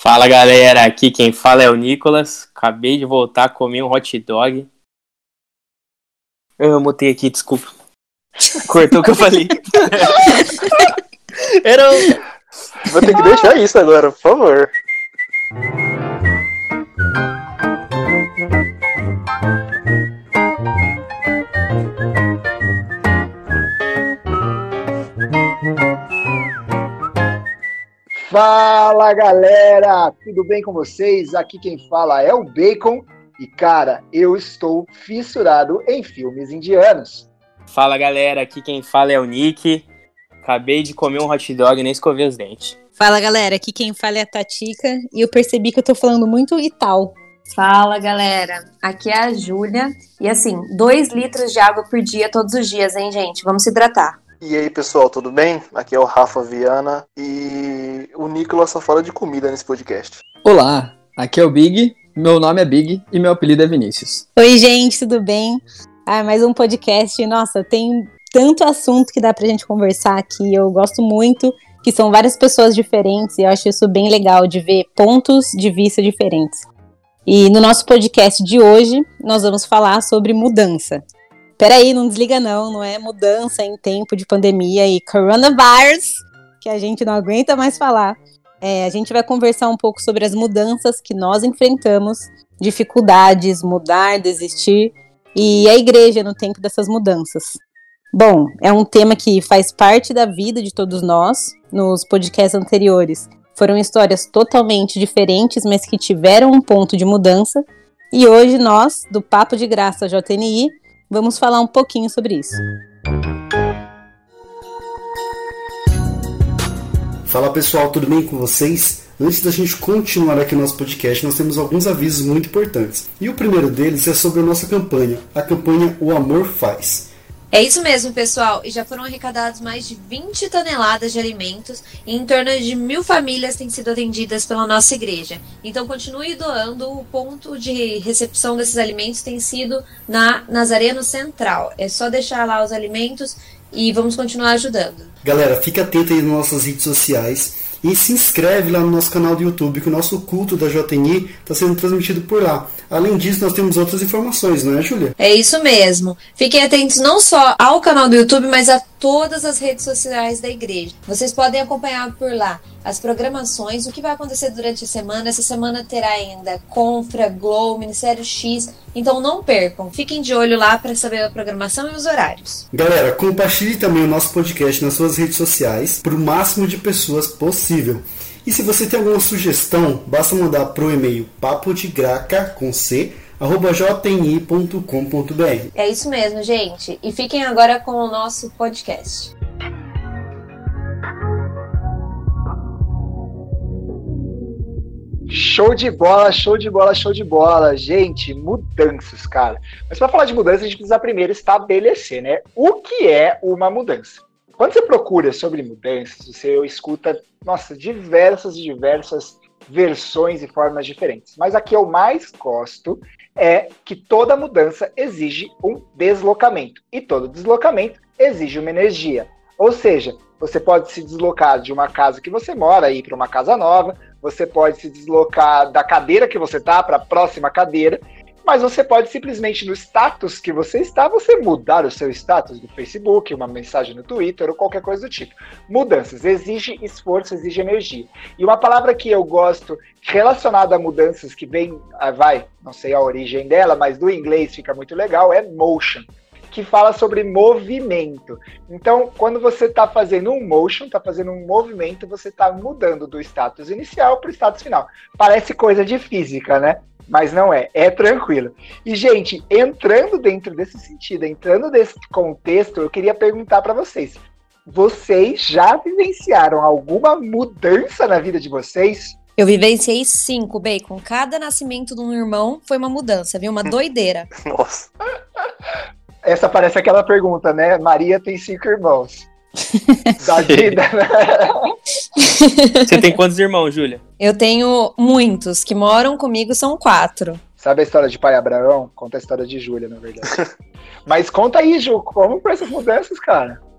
Fala galera, aqui quem fala é o Nicolas. Acabei de voltar a comer um hot dog. Eu mutei aqui, desculpa. Cortou o que eu falei. Vou ter que deixar isso agora, por favor. Fala galera, tudo bem com vocês? Aqui quem fala é o Bacon e cara, eu estou fissurado em filmes indianos. Fala galera, aqui quem fala é o Nick. Acabei de comer um hot dog e nem escovei os dentes. Fala galera, aqui quem fala é a Tatica e eu percebi que eu tô falando muito e tal. Fala galera, aqui é a Júlia e assim, 2 litros de água por dia todos os dias, hein gente? Vamos se hidratar. E aí pessoal, tudo bem? Aqui é o Rafa Viana e o Nicolas só fala de comida nesse podcast. Olá, aqui é o Big, meu nome é Big e meu apelido é Vinícius. Oi gente, tudo bem? Mais um podcast, nossa, tem tanto assunto que dá pra gente conversar aqui, eu gosto muito, que são várias pessoas diferentes e eu acho isso bem legal de ver pontos de vista diferentes. E no nosso podcast de hoje, nós vamos falar sobre mudança. Peraí, não desliga não é mudança em tempo de pandemia e coronavirus, que a gente não aguenta mais falar. A gente vai conversar um pouco sobre as mudanças que nós enfrentamos, dificuldades, mudar, desistir, e a igreja no tempo dessas mudanças. Bom, é um tema que faz parte da vida de todos nós. Nos podcasts anteriores foram histórias totalmente diferentes, mas que tiveram um ponto de mudança. E hoje nós, do Papo de Graça JNI, vamos falar um pouquinho sobre isso. Fala pessoal, tudo bem com vocês? Antes da gente continuar aqui no nosso podcast, nós temos alguns avisos muito importantes. E o primeiro deles é sobre a nossa campanha, a campanha O Amor Faz. É isso mesmo, pessoal, e já foram arrecadados mais de 20 toneladas de alimentos e em torno de 1.000 famílias têm sido atendidas pela nossa igreja. Então continue doando, o ponto de recepção desses alimentos tem sido na Nazareno Central. É só deixar lá os alimentos e vamos continuar ajudando. Galera, fica atento aí nas nossas redes sociais e se inscreve lá no nosso canal do YouTube, que o nosso culto da JNI está sendo transmitido por lá. Além disso, nós temos outras informações, não é, Júlia? É isso mesmo. Fiquem atentos não só ao canal do YouTube, mas a todas as redes sociais da igreja. Vocês podem acompanhar por lá as programações, o que vai acontecer durante a semana. Essa semana terá ainda Confra, Glow, Ministério X. Então não percam. Fiquem de olho lá para saber a programação e os horários. Galera, compartilhe também o nosso podcast nas suas redes sociais para o máximo de pessoas possível. E se você tem alguma sugestão, basta mandar para o e-mail papodegraca@jni.com.br. É isso mesmo, gente. E fiquem agora com o nosso podcast. Show de bola, show de bola, show de bola. Gente, mudanças, cara. Mas para falar de mudança, a gente precisa primeiro estabelecer, né? O que é uma mudança? Quando você procura sobre mudanças, você escuta, nossa, diversas versões e formas diferentes. Mas a que eu mais gosto é que toda mudança exige um deslocamento. E todo deslocamento exige uma energia. Ou seja, você pode se deslocar de uma casa que você mora e ir para uma casa nova, você pode se deslocar da cadeira que você está para a próxima cadeira, mas você pode simplesmente no status que você está, você mudar o seu status do Facebook, uma mensagem no Twitter ou qualquer coisa do tipo. Mudanças, exige esforço, exige energia. E uma palavra que eu gosto relacionada a mudanças que vem, não sei a origem dela, mas do inglês fica muito legal, é motion, que fala sobre movimento. Então, quando você está fazendo um motion, está fazendo um movimento, você está mudando do status inicial para o status final. Parece coisa de física, né? Mas não é, é tranquilo. E, gente, entrando dentro desse sentido, entrando nesse contexto, eu queria perguntar para vocês. Vocês já vivenciaram alguma mudança na vida de vocês? Eu vivenciei 5, Bacon. Cada nascimento de um irmão foi uma mudança, viu? Uma doideira. Nossa. Essa parece aquela pergunta, né? Maria tem 5 irmãos. Da vida, né? Você tem quantos irmãos, Júlia? Eu tenho muitos, que moram comigo, são 4. Sabe a história de pai Abraão? Conta a história de Júlia, na verdade. Mas conta aí, Ju, como foram essas mudanças, cara?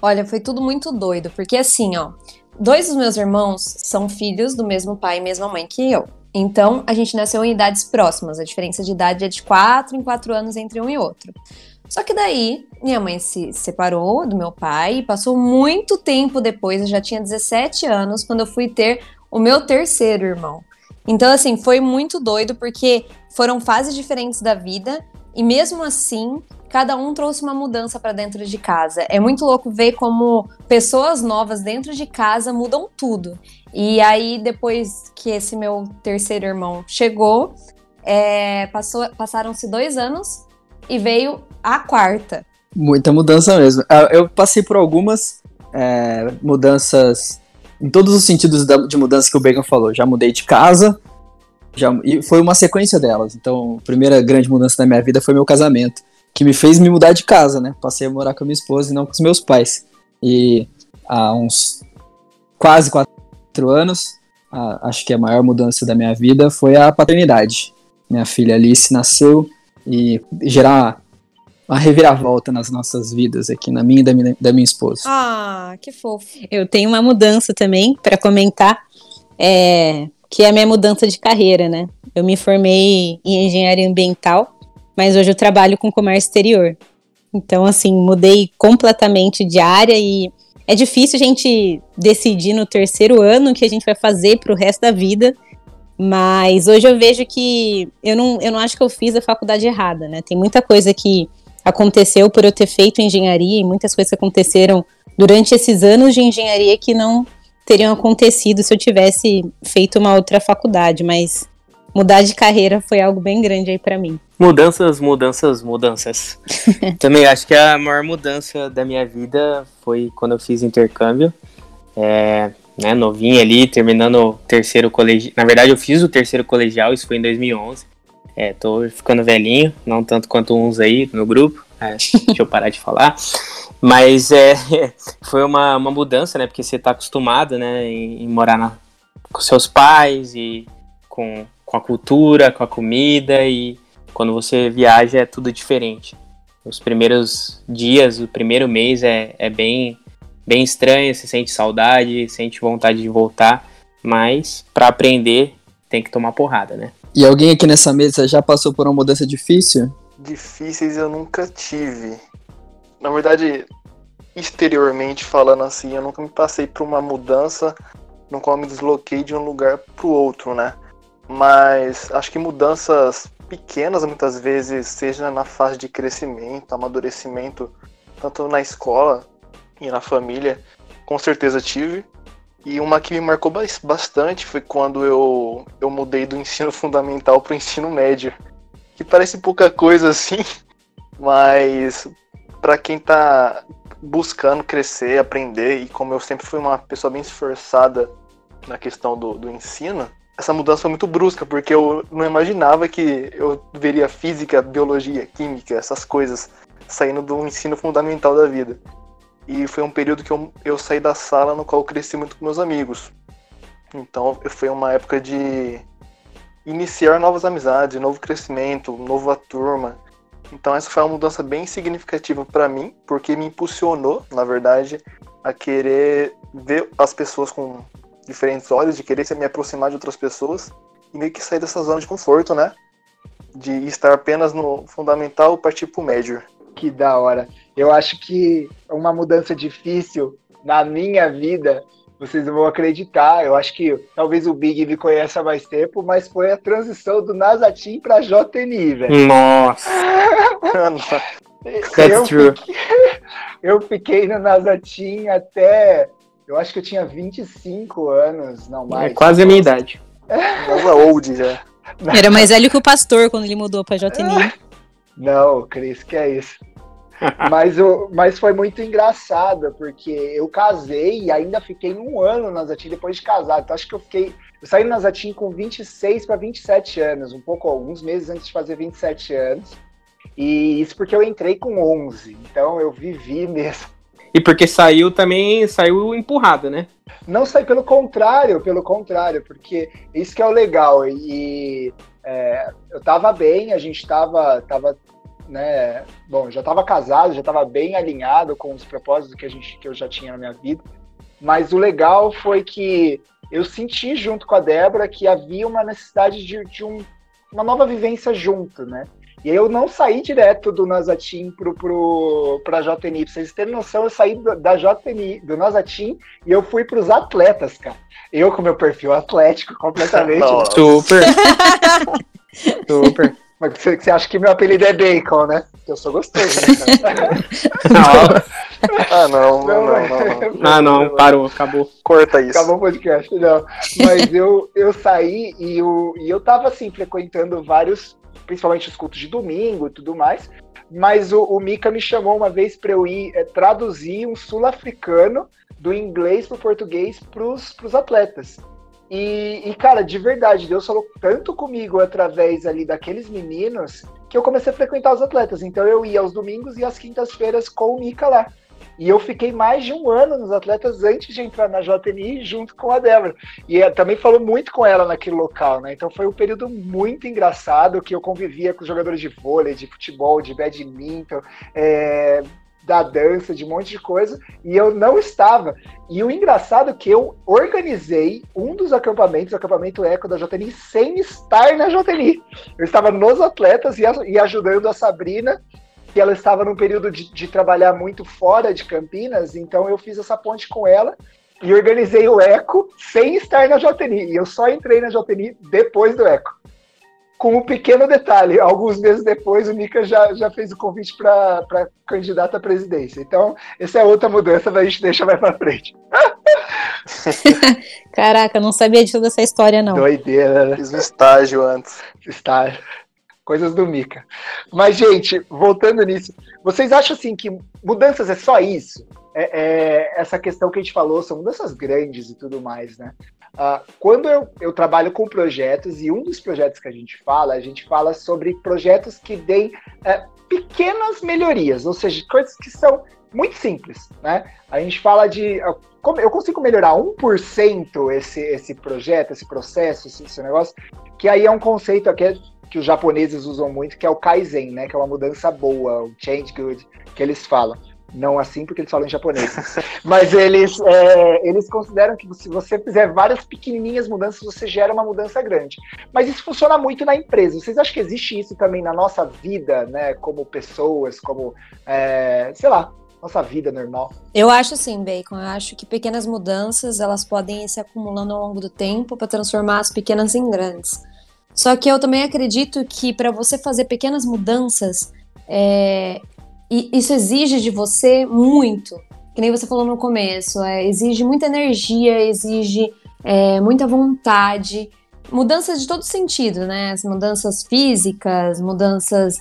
Olha, foi tudo muito doido, porque assim, ó, 2 dos meus irmãos são filhos do mesmo pai e mesma mãe que eu. Então, a gente nasceu em idades próximas, a diferença de idade é de 4 em 4 anos entre um e outro. Só que daí, minha mãe se separou do meu pai e passou muito tempo depois, eu já tinha 17 anos, quando eu fui ter o meu terceiro irmão. Então, assim, foi muito doido, porque foram fases diferentes da vida e mesmo assim, cada um trouxe uma mudança pra dentro de casa. É muito louco ver como pessoas novas dentro de casa mudam tudo. E aí, depois que esse meu terceiro irmão chegou, passaram-se 2 anos e veio a quarta. Muita mudança mesmo. Eu passei por algumas mudanças, em todos os sentidos de mudança que o Bacon falou. Já mudei de casa, e foi uma sequência delas. Então, a primeira grande mudança da minha vida foi meu casamento, que me fez me mudar de casa, né? Passei a morar com a minha esposa e não com os meus pais. E há uns quase 4 anos, acho que a maior mudança da minha vida foi a paternidade. Minha filha Alice nasceu e gerar uma reviravolta nas nossas vidas aqui, na minha e da minha esposa. Ah, que fofo. Eu tenho uma mudança também para comentar, que é a minha mudança de carreira, né? Eu me formei em engenharia ambiental, mas hoje eu trabalho com comércio exterior. Então, assim, mudei completamente de área e é difícil a gente decidir no terceiro ano o que a gente vai fazer pro resto da vida, mas hoje eu vejo que eu não acho que eu fiz a faculdade errada, né? Tem muita coisa que aconteceu por eu ter feito engenharia e muitas coisas que aconteceram durante esses anos de engenharia que não teriam acontecido se eu tivesse feito uma outra faculdade, mas mudar de carreira foi algo bem grande aí pra mim. Mudanças. Também acho que a maior mudança da minha vida foi quando eu fiz intercâmbio. Né, novinho ali, terminando o terceiro colegial. Na verdade, eu fiz o terceiro colegial, isso foi em 2011. Tô ficando velhinho, não tanto quanto uns aí no grupo. Deixa eu parar de falar. Mas foi uma mudança, né? Porque você tá acostumado, né, em morar com seus pais e com a cultura, com a comida, e quando você viaja é tudo diferente. Os primeiros dias, o primeiro mês é bem estranho, você sente saudade, sente vontade de voltar, mas para aprender tem que tomar porrada, né? E alguém aqui nessa mesa já passou por uma mudança difícil? Difíceis eu nunca tive. Na verdade, exteriormente falando assim, eu nunca me passei por uma mudança no qual eu me desloquei de um lugar pro outro, né? Mas acho que mudanças pequenas, muitas vezes, seja na fase de crescimento, amadurecimento, tanto na escola e na família, com certeza tive. E uma que me marcou bastante foi quando eu mudei do ensino fundamental para o ensino médio. Que parece pouca coisa assim, mas para quem tá buscando crescer, aprender, e como eu sempre fui uma pessoa bem esforçada na questão do ensino, essa mudança foi muito brusca, porque eu não imaginava que eu veria física, biologia, química, essas coisas saindo do ensino fundamental da vida. E foi um período que eu saí da sala no qual eu cresci muito com meus amigos. Então foi uma época de iniciar novas amizades, novo crescimento, nova turma. Então essa foi uma mudança bem significativa para mim, porque me impulsionou, na verdade, a querer ver as pessoas com diferentes olhos, de querer me aproximar de outras pessoas e meio que sair dessa zona de conforto, né? De estar apenas no fundamental e partir pro médio. Que da hora. Eu acho que uma mudança difícil na minha vida, vocês não vão acreditar. Eu acho que talvez o Big me conheça há mais tempo, mas foi a transição do Nazatim pra JNI, velho. Nossa! That's true. Eu fiquei no Nazatim até... Eu acho que eu tinha 25 anos, não mais. É quase a minha idade. Nova old já. Era mais velho que o pastor quando ele mudou pra JNI. Não, Cris, que é isso. Mas foi muito engraçado, porque eu casei e ainda fiquei 1 ano na Zatim depois de casar. Então acho que eu saí na Zatim com 26 para 27 anos, alguns meses antes de fazer 27 anos. E isso porque eu entrei com 11, então eu vivi mesmo. E porque saiu empurrado, né? Não saí, pelo contrário, porque isso que é o legal. E eu tava bem, a gente tava né? Bom, eu já estava casado, já estava bem alinhado com os propósitos que eu já tinha na minha vida. Mas o legal foi que eu senti junto com a Débora que havia uma necessidade de uma nova vivência junto, né? E aí eu não saí direto do Nossa Team para a JNI. Pra vocês terem noção, eu saí da JNI, do Nossa Team, e eu fui para os atletas, cara. Eu com meu perfil atlético completamente. Super. Super. Mas você acha que meu apelido é Bacon, né? Eu sou gostoso, né, cara? Não, parou, acabou. Corta isso. Acabou o podcast, não. Mas eu saí e eu tava, assim, frequentando vários, principalmente os cultos de domingo e tudo mais, mas o Mika me chamou uma vez para eu ir traduzir um sul-africano do inglês para o português pros atletas. E, cara, de verdade, Deus falou tanto comigo através ali daqueles meninos que eu comecei a frequentar os atletas. Então eu ia aos domingos e às quintas-feiras com o Mika lá. E eu fiquei mais de um ano nos atletas antes de entrar na JNI junto com a Débora. E também falou muito com ela naquele local, né? Então foi um período muito engraçado que eu convivia com os jogadores de vôlei, de futebol, de badminton, da dança, de um monte de coisa, e eu não estava. E o engraçado é que eu organizei um dos acampamentos, o acampamento Eco da JNI, sem estar na JNI. Eu estava nos atletas e ajudando a Sabrina, que ela estava num período de trabalhar muito fora de Campinas, então eu fiz essa ponte com ela e organizei o Eco sem estar na JNI. E eu só entrei na JNI depois do Eco. Com um pequeno detalhe, alguns meses depois o Mika já fez o convite para candidato à presidência. Então, essa é outra mudança, mas a gente deixa mais para frente. Caraca, não sabia de toda essa história, não. Doideira, né? Fiz um estágio antes. Estágio. Coisas do Mika. Mas, gente, voltando nisso, vocês acham assim que mudanças é só isso? Essa questão que a gente falou, são mudanças grandes e tudo mais, né? Quando eu trabalho com projetos, e um dos projetos que a gente fala sobre projetos que deem pequenas melhorias, ou seja, coisas que são muito simples, né? A gente fala de... eu consigo melhorar 1% esse projeto, esse processo, esse negócio, que aí é um conceito que os japoneses usam muito, que é o Kaizen, né? Que é uma mudança boa, o change good, que eles falam. Não assim, porque eles falam em japonês. Mas eles consideram que se você fizer várias pequenininhas mudanças, você gera uma mudança grande. Mas isso funciona muito na empresa. Vocês acham que existe isso também na nossa vida, né? Como pessoas, como, nossa vida normal? Eu acho assim, Bacon. Eu acho que pequenas mudanças, elas podem ir se acumulando ao longo do tempo para transformar as pequenas em grandes. Só que eu também acredito que para você fazer pequenas mudanças, isso exige de você muito, que nem você falou no começo, exige muita energia, exige muita vontade, mudanças de todo sentido, né? As mudanças físicas, mudanças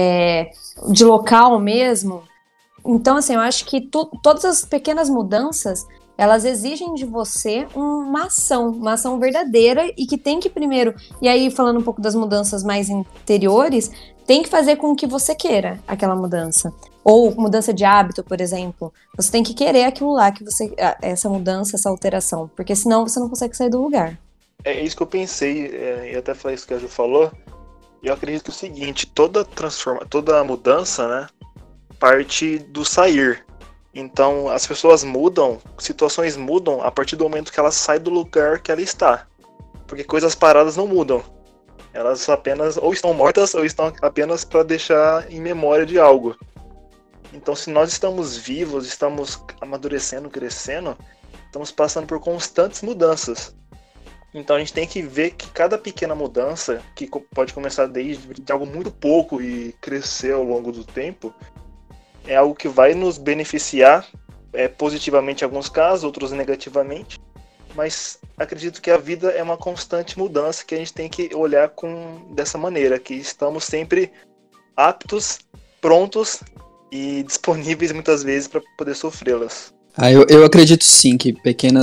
de local mesmo. Então, assim, eu acho que todas as pequenas mudanças, elas exigem de você uma ação verdadeira e que tem que primeiro, e aí falando um pouco das mudanças mais interiores, tem que fazer com que você queira aquela mudança. Ou mudança de hábito, por exemplo. Você tem que querer aquilo lá, essa mudança, essa alteração, porque senão você não consegue sair do lugar. É isso que eu pensei, e até falei isso que a Ju falou. Eu acredito que é o seguinte, toda mudança, né, parte do sair. Então, as pessoas mudam, situações mudam a partir do momento que ela sai do lugar que ela está. Porque coisas paradas não mudam. Elas apenas ou estão mortas ou estão apenas para deixar em memória de algo. Então, se nós estamos vivos, estamos amadurecendo, crescendo, estamos passando por constantes mudanças. Então, a gente tem que ver que cada pequena mudança, que pode começar desde algo muito pouco e crescer ao longo do tempo, é algo que vai nos beneficiar positivamente em alguns casos, outros negativamente, mas acredito que a vida é uma constante mudança que a gente tem que olhar dessa maneira, que estamos sempre aptos, prontos e disponíveis muitas vezes para poder sofrê-las. Eu acredito sim que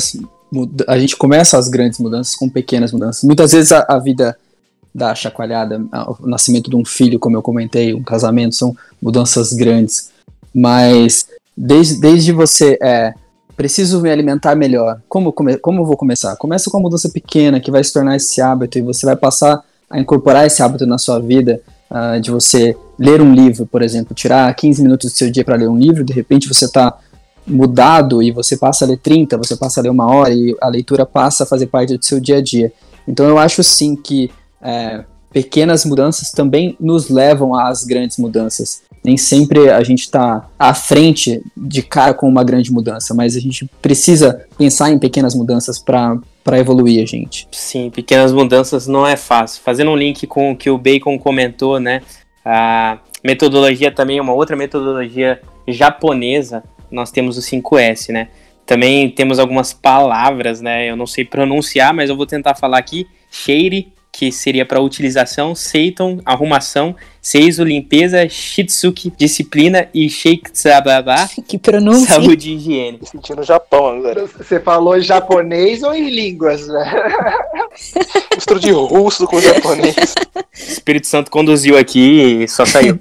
a gente começa as grandes mudanças com pequenas mudanças. Muitas vezes a vida dá chacoalhada, o nascimento de um filho, como eu comentei, um casamento, são mudanças grandes. Mas desde você preciso me alimentar melhor, como eu vou começar? Começa com uma mudança pequena que vai se tornar esse hábito e você vai passar a incorporar esse hábito na sua vida de você ler um livro, por exemplo, tirar 15 minutos do seu dia para ler um livro, de repente você está mudado e você passa a ler 30, você passa a ler 1 hora e a leitura passa a fazer parte do seu dia a dia. Então eu acho sim que pequenas mudanças também nos levam às grandes mudanças. Nem sempre a gente está à frente de cara com uma grande mudança, mas a gente precisa pensar em pequenas mudanças para evoluir a gente. Sim, pequenas mudanças não é fácil. Fazendo um link com o que o Bacon comentou, né? A metodologia também é uma outra metodologia japonesa. Nós temos o 5S, né? Também temos algumas palavras, né? Eu não sei pronunciar, mas eu vou tentar falar aqui. Sheiri, que seria para utilização, Seiton, arrumação, Seizo, limpeza, Shitsuki, disciplina e Sheiktsababa, que pronúncia, saúde e higiene. Me senti no Japão agora. Você falou japonês ou em línguas, né? Mistura de russo com japonês. O Espírito Santo conduziu aqui e só saiu.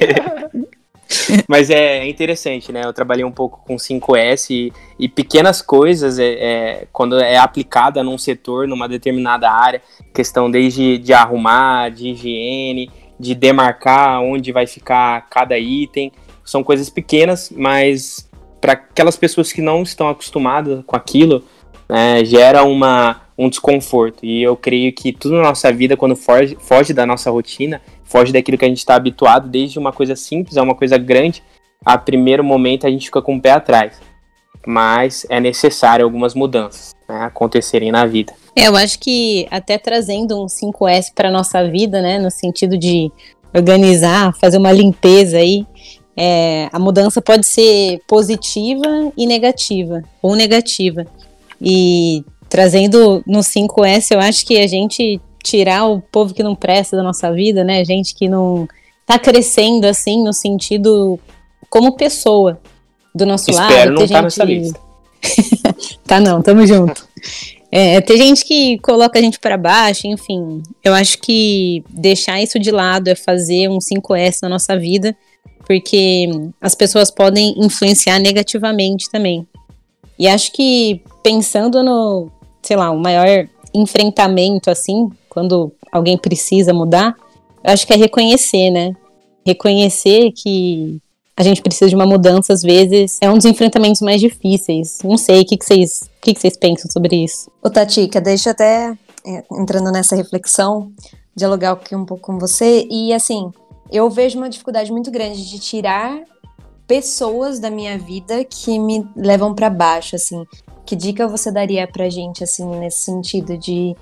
Mas é interessante, né? Eu trabalhei um pouco com 5S e pequenas coisas, quando é aplicada num setor, numa determinada área, questão desde de arrumar, de higiene, de demarcar onde vai ficar cada item, são coisas pequenas, mas para aquelas pessoas que não estão acostumadas com aquilo, né, gera um desconforto. E eu creio que tudo na nossa vida, quando foge da nossa rotina, foge daquilo que a gente está habituado, desde uma coisa simples a uma coisa grande, a primeiro momento a gente fica com o pé atrás. Mas é necessário algumas mudanças, né, acontecerem na vida. Eu acho que até trazendo um 5S para nossa vida, né, no sentido de organizar, fazer uma limpeza aí, a mudança pode ser positiva e negativa, ou negativa. E trazendo no 5S, eu acho que a gente tirar o povo que não presta da nossa vida, né? Gente que não tá crescendo, assim, no sentido como pessoa do nosso lado. Espero não tá nessa lista. Tá não, tamo junto. Tem gente que coloca a gente pra baixo, enfim. Eu acho que deixar isso de lado é fazer um 5S na nossa vida, porque as pessoas podem influenciar negativamente também. E acho que pensando no, sei lá, o maior enfrentamento, assim, quando alguém precisa mudar, eu acho que é reconhecer, né? Reconhecer que a gente precisa de uma mudança, às vezes, é um dos enfrentamentos mais difíceis. Não sei, o que vocês pensam sobre isso? Ô, Tatica, deixa eu até, entrando nessa reflexão, dialogar aqui um pouco com você. E, assim, eu vejo uma dificuldade muito grande de tirar pessoas da minha vida que me levam pra baixo, assim. Que dica você daria pra gente, assim, nesse sentido de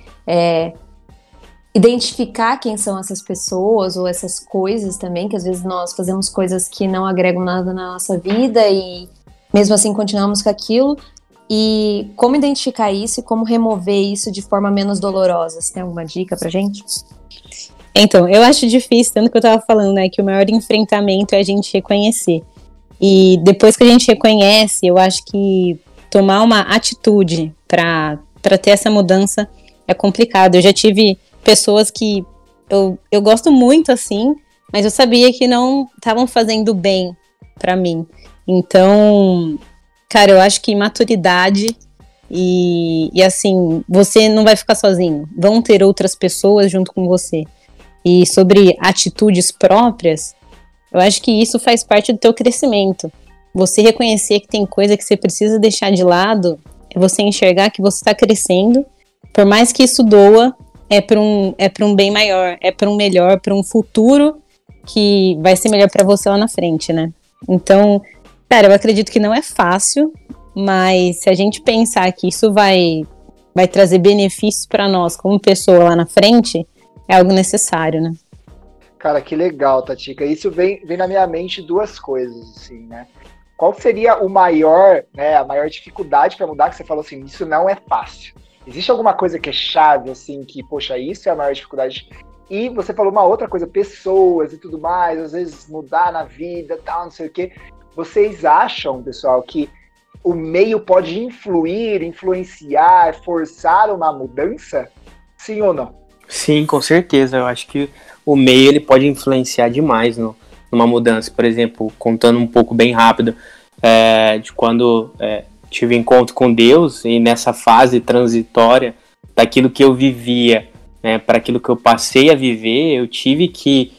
identificar quem são essas pessoas ou essas coisas também, que às vezes nós fazemos coisas que não agregam nada na nossa vida e mesmo assim continuamos com aquilo, e como identificar isso e como remover isso de forma menos dolorosa? Você tem alguma dica pra gente? Então, eu acho difícil, tanto que eu tava falando, né, que o maior enfrentamento é a gente reconhecer. E depois que a gente reconhece, eu acho que tomar uma atitude pra ter essa mudança é complicado. Eu já tive pessoas que eu gosto muito, assim, mas eu sabia que não estavam fazendo bem pra mim. Então, cara, eu acho que maturidade e assim, você não vai ficar sozinho. Vão ter outras pessoas junto com você. E sobre atitudes próprias, eu acho que isso faz parte do teu crescimento. Você reconhecer que tem coisa que você precisa deixar de lado, é você enxergar que você está crescendo, por mais que isso doa, é para um bem maior, é para um melhor, para um futuro que vai ser melhor para você lá na frente, né? Então, cara, eu acredito que não é fácil, mas se a gente pensar que isso vai trazer benefícios para nós como pessoa lá na frente, é algo necessário, né? Cara, que legal, Tatica. Isso vem na minha mente duas coisas, assim, né? Qual seria a maior dificuldade para mudar? Que você falou assim, isso não é fácil. Existe alguma coisa que é chave, assim, que, poxa, isso é a maior dificuldade? E você falou uma outra coisa, pessoas e tudo mais, às vezes mudar na vida, tal, não sei o quê. Vocês acham, pessoal, que o meio pode influenciar, forçar uma mudança? Sim ou não? Sim, com certeza. Eu acho que o meio ele pode influenciar demais numa mudança. Por exemplo, contando um pouco bem rápido, de quando tive encontro com Deus e nessa fase transitória daquilo que eu vivia, né, para aquilo que eu passei a viver, eu tive que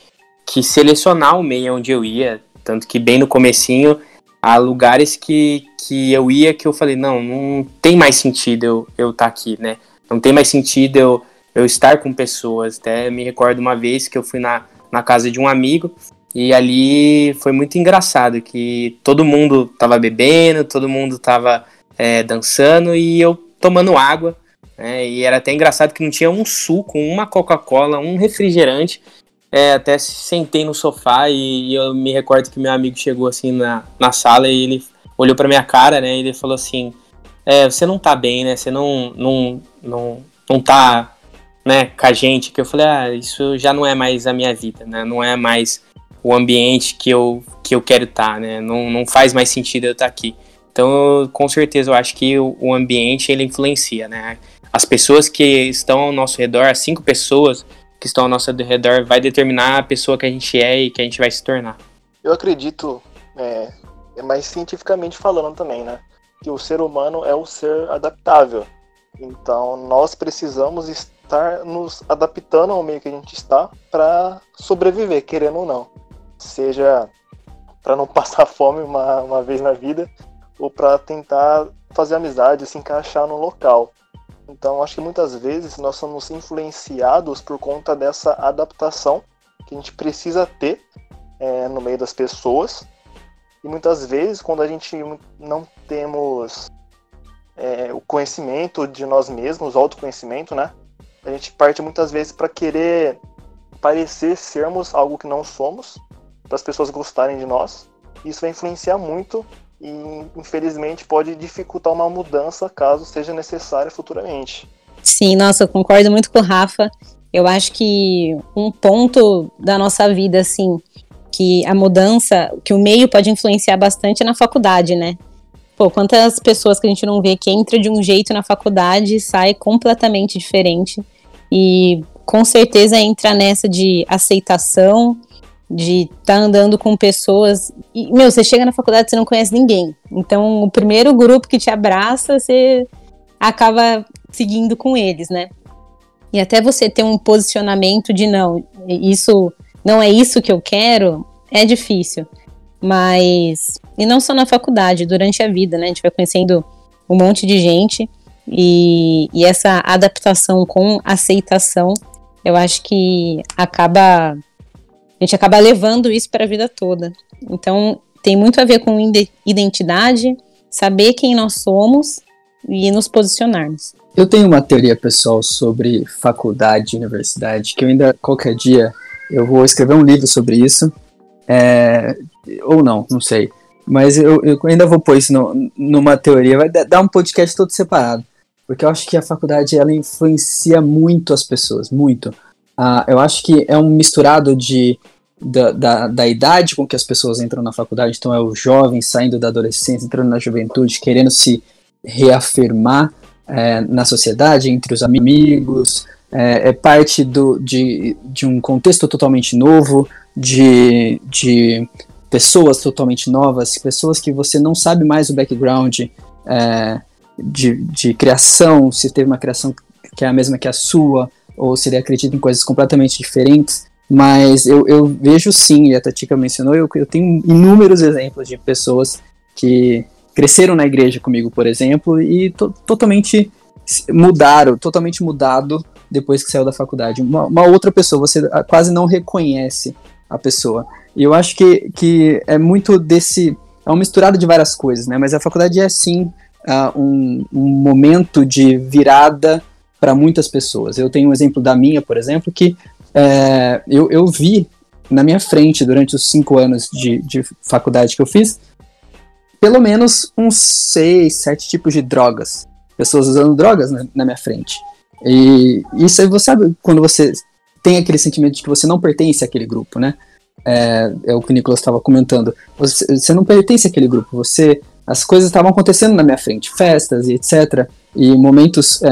que selecionar o meio onde eu ia, tanto que bem no comecinho, há lugares que eu ia que eu falei, não tem mais sentido eu estar aqui, né? Não tem mais sentido eu estar com pessoas. Até me recordo uma vez que eu fui na casa de um amigo e ali foi muito engraçado, que todo mundo tava bebendo, todo mundo tava dançando e eu tomando água, né? E era até engraçado que não tinha um suco, uma Coca-Cola, um refrigerante. Até sentei no sofá e eu me recordo que meu amigo chegou assim na sala e ele olhou pra minha cara, né? E ele falou assim, você não tá bem, né? Você não tá, né, com a gente. Que eu falei, isso já não é mais a minha vida, né? Não é mais o ambiente que eu quero estar, né? Não faz mais sentido eu estar aqui. Então, com certeza, eu acho que o ambiente, ele influencia, né? As pessoas que estão ao nosso redor, as 5 pessoas que estão ao nosso redor, vai determinar a pessoa que a gente é e que a gente vai se tornar. Eu acredito, mais cientificamente falando também, né? Que o ser humano é o ser adaptável. Então, nós precisamos estar nos adaptando ao meio que a gente está para sobreviver, querendo ou não. Seja para não passar fome uma vez na vida, ou para tentar fazer amizade, se encaixar no local. Então, acho que muitas vezes nós somos influenciados por conta dessa adaptação que a gente precisa ter no meio das pessoas. E muitas vezes, quando a gente não temos o conhecimento de nós mesmos, o autoconhecimento, né? A gente parte muitas vezes para querer parecer sermos algo que não somos, para as pessoas gostarem de nós. Isso vai influenciar muito e, infelizmente, pode dificultar uma mudança caso seja necessária futuramente. Sim, nossa, eu concordo muito com o Rafa. Eu acho que um ponto da nossa vida, assim, que a mudança, que o meio pode influenciar bastante é na faculdade, né? Pô, quantas pessoas que a gente não vê que entra de um jeito na faculdade e sai completamente diferente. E com certeza entra nessa de aceitação, de estar andando com pessoas. E, você chega na faculdade e você não conhece ninguém. Então, o primeiro grupo que te abraça, você acaba seguindo com eles, né? E até você ter um posicionamento de isso não é isso que eu quero, é difícil. Mas, e não só na faculdade, durante a vida, né? A gente vai conhecendo um monte de gente e essa adaptação com aceitação, eu acho que a gente acaba levando isso para a vida toda. Então, tem muito a ver com identidade, saber quem nós somos e nos posicionarmos. Eu tenho uma teoria pessoal sobre faculdade e universidade, que eu ainda, qualquer dia, eu vou escrever um livro sobre isso. Ou não sei. Mas eu ainda vou pôr isso numa teoria. Vai dar um podcast todo separado. Porque eu acho que a faculdade, ela influencia muito as pessoas. Muito. Eu acho que é um misturado da idade com que as pessoas entram na faculdade. Então é o jovem saindo da adolescência, entrando na juventude, querendo se reafirmar na sociedade, entre os amigos. É parte de um contexto totalmente novo, de pessoas totalmente novas, pessoas que você não sabe mais o background de criação, se teve uma criação que é a mesma que a sua, ou se ele acredita em coisas completamente diferentes. Mas eu vejo sim, e a Tatica mencionou, eu tenho inúmeros exemplos de pessoas que cresceram na igreja comigo, por exemplo, e totalmente mudado depois que saiu da faculdade. Uma outra pessoa, você quase não reconhece a pessoa. E eu acho que é muito é uma misturada de várias coisas, né? Mas a faculdade é sim um momento de virada para muitas pessoas. Eu tenho um exemplo da minha, por exemplo, que eu vi na minha frente durante os 5 anos de faculdade que eu fiz, pelo menos uns 6, 7 tipos de drogas. Pessoas usando drogas na minha frente. E isso aí, você sabe, quando você tem aquele sentimento de que você não pertence àquele grupo, né? É o que o Nicolas estava comentando. Você não pertence àquele grupo. As coisas estavam acontecendo na minha frente, festas e etc. E momentos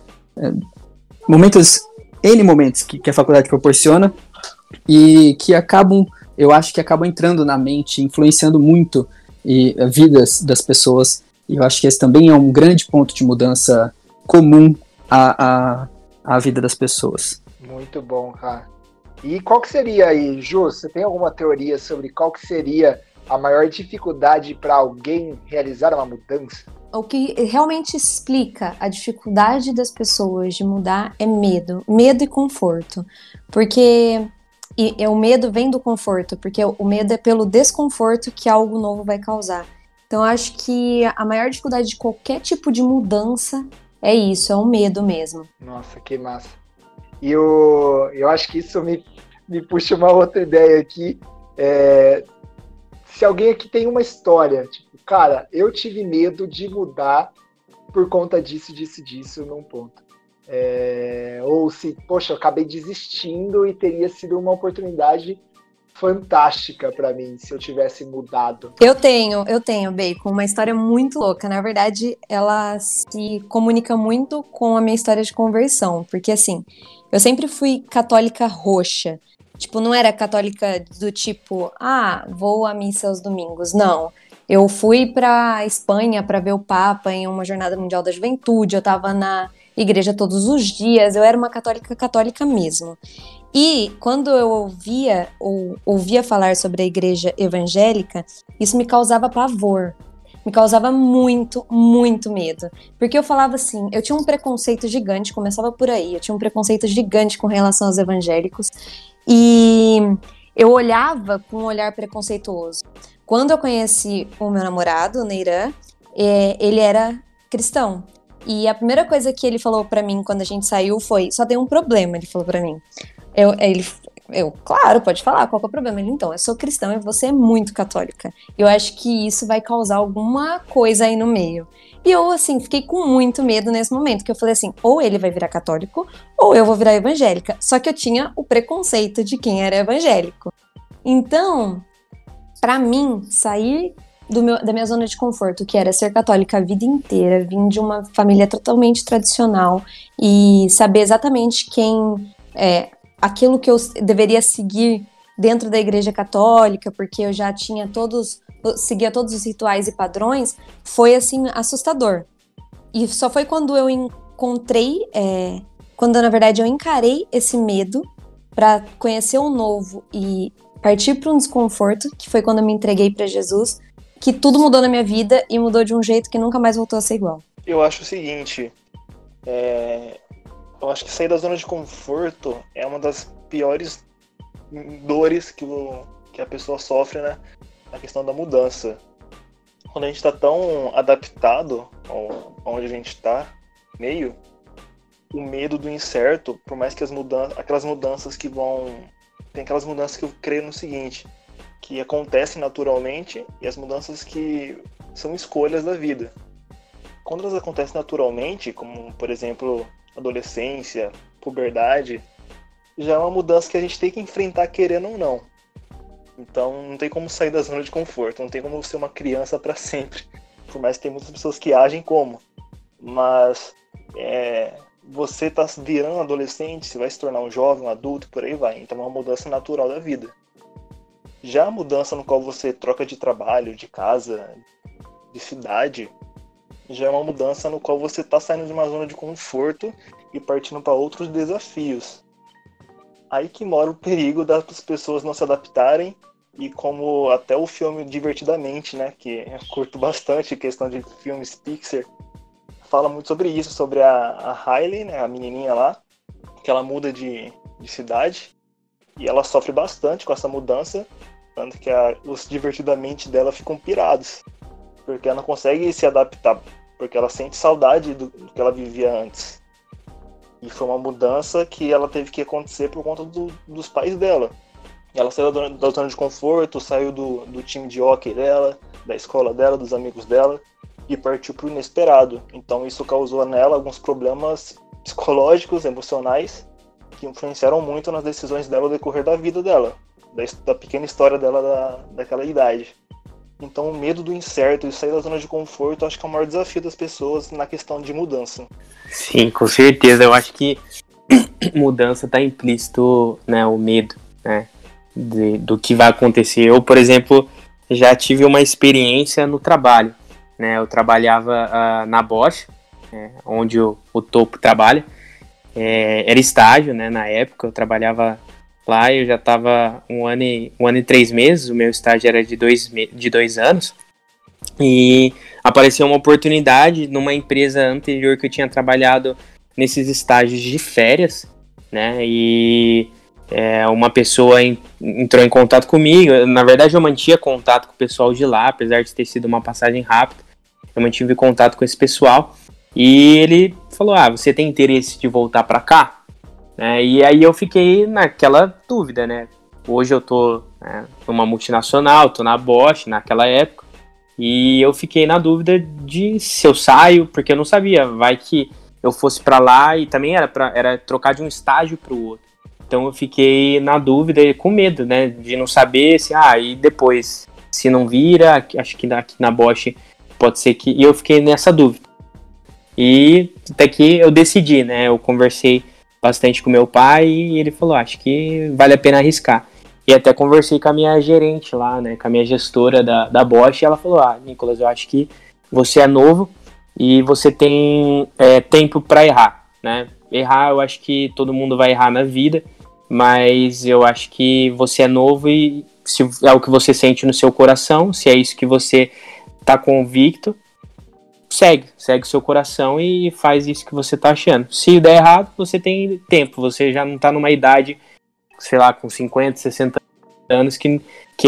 que a faculdade proporciona e que eu acho que acabam entrando na mente, influenciando muito vidas das pessoas. E eu acho que esse também é um grande ponto de mudança comum à vida das pessoas. Muito bom, cara. E qual que seria aí, Ju, você tem alguma teoria sobre qual que seria a maior dificuldade para alguém realizar uma mudança? O que realmente explica a dificuldade das pessoas de mudar é medo. Medo e conforto. Porque o medo vem do conforto, porque o medo é pelo desconforto que algo novo vai causar. Então, eu acho que a maior dificuldade de qualquer tipo de mudança é isso, é o medo mesmo. Nossa, que massa. E eu acho que isso me puxa uma outra ideia aqui. Se alguém aqui tem uma história, tipo, cara, eu tive medo de mudar por conta disso, num ponto. Ou se, poxa, eu acabei desistindo e teria sido uma oportunidade fantástica para mim se eu tivesse mudado. Eu tenho, Bacon, uma história muito louca. Na verdade, ela se comunica muito com a minha história de conversão, porque assim, eu sempre fui católica roxa. Tipo, não era católica do tipo, vou à missa aos domingos. Não. Eu fui pra Espanha pra ver o Papa em uma jornada mundial da juventude. Eu tava na igreja todos os dias. Eu era uma católica mesmo. E quando eu ouvia falar sobre a igreja evangélica, isso me causava pavor. Me causava muito, muito medo. Porque eu falava assim, eu tinha um preconceito gigante, começava por aí. Eu tinha um preconceito gigante com relação aos evangélicos. E eu olhava com um olhar preconceituoso. Quando eu conheci o meu namorado, o Neiran, ele era cristão. E a primeira coisa que ele falou pra mim quando a gente saiu foi, só tem um problema, ele falou pra mim. Claro, pode falar, qual que é o problema? Ele, então, eu sou cristão e você é muito católica. Eu acho que isso vai causar alguma coisa aí no meio. E eu, assim, fiquei com muito medo nesse momento, que eu falei assim, ou ele vai virar católico, ou eu vou virar evangélica. Só que eu tinha o preconceito de quem era evangélico. Então, pra mim, sair da minha zona de conforto, que era ser católica a vida inteira, vim de uma família totalmente tradicional e saber exatamente aquilo que eu deveria seguir dentro da igreja católica, porque eu já seguia todos os rituais e padrões, foi assim, assustador. E só foi quando eu quando na verdade eu encarei esse medo para conhecer o novo e partir para um desconforto, que foi quando eu me entreguei para Jesus, que tudo mudou na minha vida e mudou de um jeito que nunca mais voltou a ser igual. Eu acho o seguinte, eu acho que sair da zona de conforto é uma das piores dores que a pessoa sofre, né? Na questão da mudança. Quando a gente está tão adaptado onde a gente está, o medo do incerto, por mais que aquelas mudanças que tem aquelas mudanças que eu creio no seguinte, que acontecem naturalmente e as mudanças que são escolhas da vida. Quando elas acontecem naturalmente, como, por exemplo, adolescência, puberdade, já é uma mudança que a gente tem que enfrentar querendo ou não. Então não tem como sair da zona de conforto, não tem como ser uma criança para sempre, por mais que tem muitas pessoas que agem como. Mas você está virando adolescente, você vai se tornar um jovem, um adulto, por aí vai. Então é uma mudança natural da vida. Já a mudança no qual você troca de trabalho, de casa, de cidade, já é uma mudança no qual você está saindo de uma zona de conforto e partindo para outros desafios. Aí que mora o perigo das pessoas não se adaptarem, e como até o filme Divertidamente, né, que eu curto bastante, questão de filmes Pixar, fala muito sobre isso, sobre a Hailey, né, a menininha lá, que ela muda de cidade, e ela sofre bastante com essa mudança, tanto que os Divertidamente dela ficam pirados, porque ela não consegue se adaptar, porque ela sente saudade do que ela vivia antes. E foi uma mudança que ela teve que acontecer por conta dos pais dela. Ela saiu da zona de conforto, saiu do time de hóquei dela, da escola dela, dos amigos dela, e partiu para o inesperado. Então isso causou nela alguns problemas psicológicos, emocionais, que influenciaram muito nas decisões dela ao decorrer da vida dela, da pequena história dela daquela idade. Então o medo do incerto e sair da zona de conforto, acho que é o maior desafio das pessoas na questão de mudança. Sim, com certeza. Eu acho que mudança está implícito, né, o medo, né, do que vai acontecer. Eu, por exemplo, já tive uma experiência no trabalho, né? Eu trabalhava na Bosch, onde o topo trabalha. Era estágio, né? Na época eu trabalhava Lá eu já estava um ano e 3 meses, o meu estágio era de 2 anos. E apareceu uma oportunidade numa empresa anterior que eu tinha trabalhado nesses estágios de férias, né? E uma pessoa entrou em contato comigo. Na verdade, eu mantinha contato com o pessoal de lá, apesar de ter sido uma passagem rápida. Eu mantive contato com esse pessoal. E ele falou, você tem interesse de voltar para cá? E aí eu fiquei naquela dúvida, né? Hoje eu tô numa multinacional, tô na Bosch naquela época, e eu fiquei na dúvida de se eu saio, porque eu não sabia, vai que eu fosse para lá, e também era trocar de um estágio para o outro. Então eu fiquei na dúvida e com medo, né? De não saber se, e depois, se não vira, acho que aqui na Bosch pode ser que... E eu fiquei nessa dúvida. E até que eu decidi, né? Eu conversei bastante com meu pai e ele falou, acho que vale a pena arriscar. E até conversei com a minha gerente lá, né, com a minha gestora da Bosch, e ela falou, Nicolas, eu acho que você é novo e você tem tempo para errar, né? Errar, eu acho que todo mundo vai errar na vida, mas eu acho que você é novo e se é o que você sente no seu coração, se é isso que você tá convicto, segue o seu coração e faz isso que você tá achando. Se der errado, você tem tempo, você já não tá numa idade, sei lá, com 50, 60 anos, que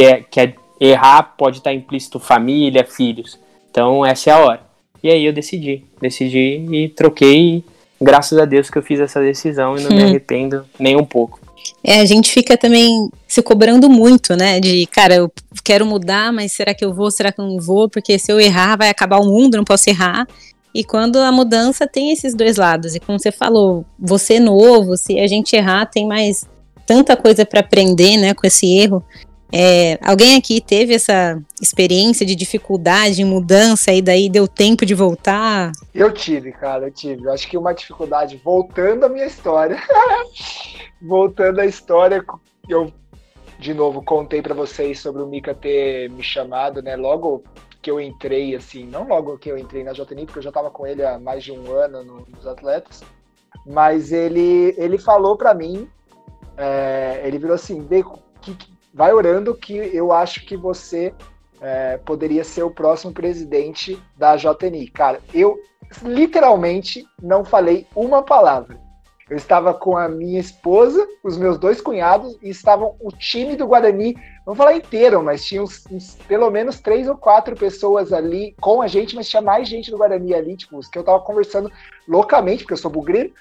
errar pode estar implícito família, filhos. Então essa é a hora. E aí eu decidi e troquei, e graças a Deus que eu fiz essa decisão e não me arrependo nem um pouco. A gente fica também se cobrando muito, né? De, cara, eu quero mudar, mas será que eu vou, será que eu não vou? Porque se eu errar, vai acabar o mundo, não posso errar. E quando a mudança tem esses dois lados, e como você falou, você é novo, se a gente errar, tem mais tanta coisa para aprender, né, com esse erro. Alguém aqui teve essa experiência de dificuldade em mudança e daí deu tempo de voltar? Eu tive, cara, Eu acho que uma dificuldade, voltando à minha história, voltando à história, eu, de novo, contei para vocês sobre o Mika ter me chamado, né, logo que eu entrei, assim, não logo que eu entrei na JNI, porque eu já estava com ele há mais de um ano nos Atletas, mas ele falou para mim, ele virou assim, vai orando que eu acho que você poderia ser o próximo presidente da JNI. Cara, eu literalmente não falei uma palavra. Eu estava com a minha esposa, os meus 2 cunhados, e estavam o time do Guarani, não vou falar inteiro, mas tinha pelo menos 3 ou 4 pessoas ali com a gente, mas tinha mais gente do Guarani ali, tipo, os que eu estava conversando loucamente, porque eu sou bugreiro.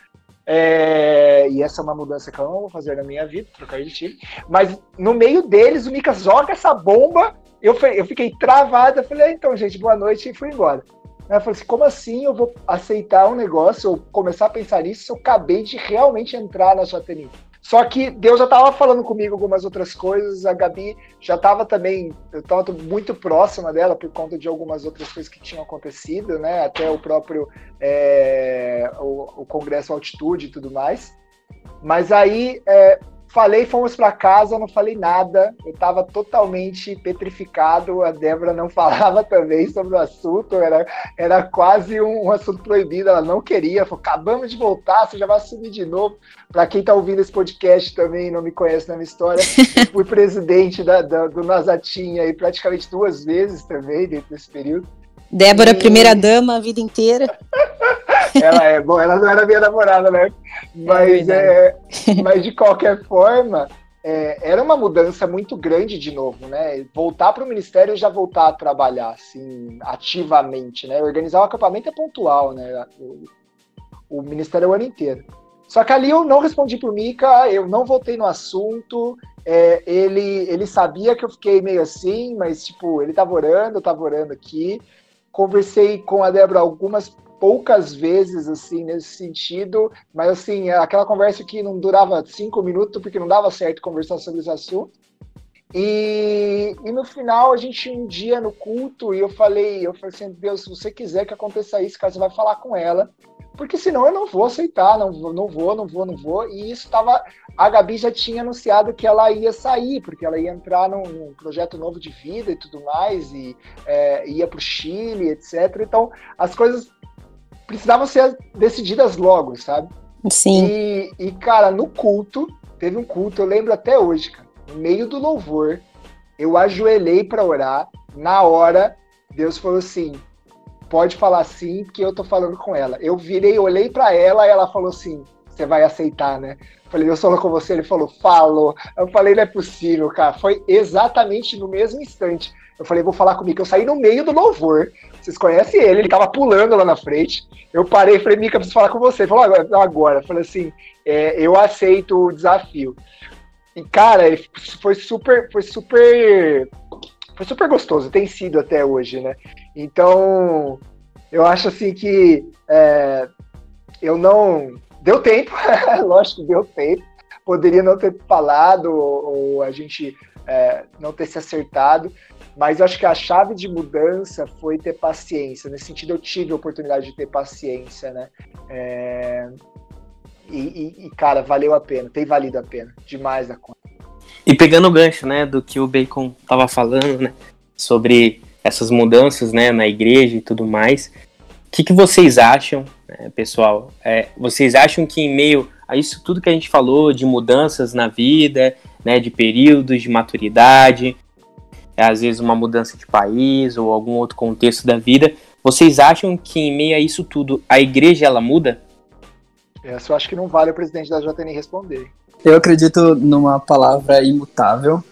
E essa é uma mudança que eu não vou fazer na minha vida, trocar de time. Mas no meio deles, o Mika joga essa bomba, eu fiquei travada, falei, então, gente, boa noite, e fui embora. Eu falei assim, como assim eu vou aceitar um negócio, ou começar a pensar nisso, se eu acabei de realmente entrar na JNI? Só que Deus já estava falando comigo algumas outras coisas, a Gabi já estava também, eu estava muito próxima dela por conta de algumas outras coisas que tinham acontecido, né? Até o próprio o Congresso Altitude e tudo mais. Mas aí fomos para casa, não falei nada, eu estava totalmente petrificado, a Débora não falava também sobre o assunto, era quase um assunto proibido, ela não queria, falou, acabamos de voltar, você já vai assumir de novo. Para quem está ouvindo esse podcast também e não me conhece na minha história, eu fui presidente do Nazatim aí praticamente 2 vezes também dentro desse período. Débora, primeira dama a vida inteira. Ela não era minha namorada, né? Mas de qualquer forma, era uma mudança muito grande de novo, né? Voltar para o Ministério e já voltar a trabalhar, assim, ativamente, né? Organizar o acampamento é pontual, né? O Ministério é o ano inteiro. Só que ali eu não respondi pro Mika, eu não voltei no assunto, ele sabia que eu fiquei meio assim, mas, tipo, ele tava orando, eu tava orando aqui. Conversei com a Débora algumas poucas vezes, assim, nesse sentido, mas, assim, aquela conversa que não durava 5 minutos, porque não dava certo conversar sobre esse assunto. E no final, a gente, um dia no culto, e eu falei assim, Deus, se você quiser que aconteça isso, cara, você vai falar com ela, porque senão eu não vou aceitar, não vou, e isso tava, a Gabi já tinha anunciado que ela ia sair, porque ela ia entrar num projeto novo de vida e tudo mais, e ia pro Chile, etc, então as coisas precisavam ser decididas logo, sabe? Sim. E, cara, no culto, teve um culto, eu lembro até hoje, cara, no meio do louvor, eu ajoelhei para orar, na hora, Deus falou assim, pode falar sim, que eu tô falando com ela. Eu virei, olhei para ela e ela falou assim, você vai aceitar, né? Eu falei, eu sou com você, ele falou, falou. Eu falei, não é possível, cara. Foi exatamente no mesmo instante. Eu falei, vou falar comigo. Eu saí no meio do louvor. Vocês conhecem ele tava pulando lá na frente. Eu parei e falei, Mica, preciso falar com você. Ele falou, agora. Eu falei assim, eu aceito o desafio. E, cara, foi super gostoso. Tem sido até hoje, né? Então, eu acho assim que eu não... Deu tempo, lógico que deu tempo. Poderia não ter falado ou a gente não ter se acertado, mas acho que a chave de mudança foi ter paciência. Nesse sentido, eu tive a oportunidade de ter paciência, né? Cara, valeu a pena, tem valido a pena, demais a conta. E pegando o gancho, né, do que o Bacon estava falando, né, sobre essas mudanças, né, na igreja e tudo mais, o que vocês acham, pessoal? Vocês acham que em meio a isso tudo que a gente falou de mudanças na vida, né, de períodos de maturidade, às vezes uma mudança de país ou algum outro contexto da vida, vocês acham que em meio a isso tudo a igreja ela muda? Essa eu acho que não vale o presidente da JN responder. Eu acredito numa palavra imutável,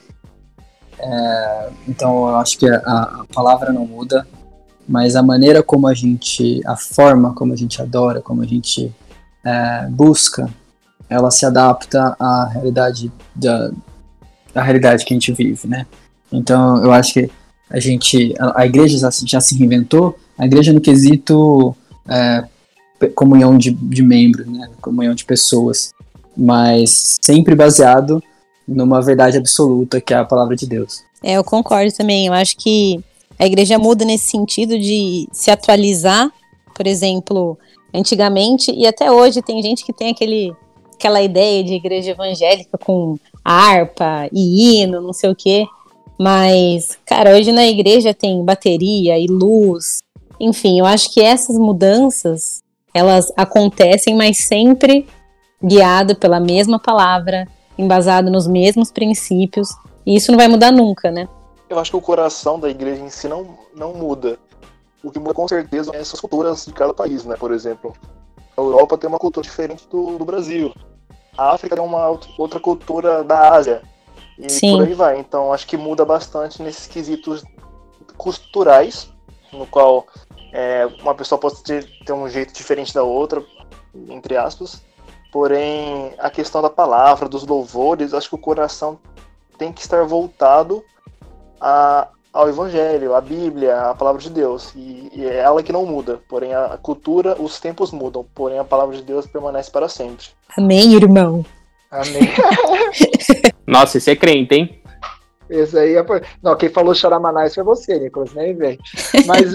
então eu acho que a palavra não muda, mas a maneira como a forma como a gente adora, como a gente busca, ela se adapta à realidade a realidade que a gente vive, né? Então eu acho que a igreja já se reinventou, a igreja no quesito comunhão de membros, né? Comunhão de pessoas, mas sempre baseado numa verdade absoluta, que é a palavra de Deus. Eu concordo também, eu acho que a igreja muda nesse sentido de se atualizar, por exemplo, antigamente, e até hoje tem gente que tem aquela ideia de igreja evangélica com harpa e hino, não sei o quê, mas, cara, hoje na igreja tem bateria e luz, enfim, eu acho que essas mudanças, elas acontecem, mas sempre guiado pela mesma palavra, embasado nos mesmos princípios, e isso não vai mudar nunca, né? Eu acho que o coração da igreja em si não muda. O que muda com certeza é essas culturas de cada país, né? Por exemplo, a Europa tem uma cultura diferente do Brasil. A África tem uma outra cultura da Ásia. E Sim. Por aí vai. Então acho que muda bastante nesses quesitos culturais, no qual uma pessoa pode ter um jeito diferente da outra, entre aspas. Porém, a questão da palavra, dos louvores, acho que o coração tem que estar voltado ao Evangelho, à Bíblia, à Palavra de Deus. E é ela que não muda. Porém, a cultura, os tempos mudam. Porém, a Palavra de Deus permanece para sempre. Amém, irmão. Amém. Nossa, esse é crente, hein? Esse aí não, quem falou Charamanais foi você, Nicolas, nem vem. Mas,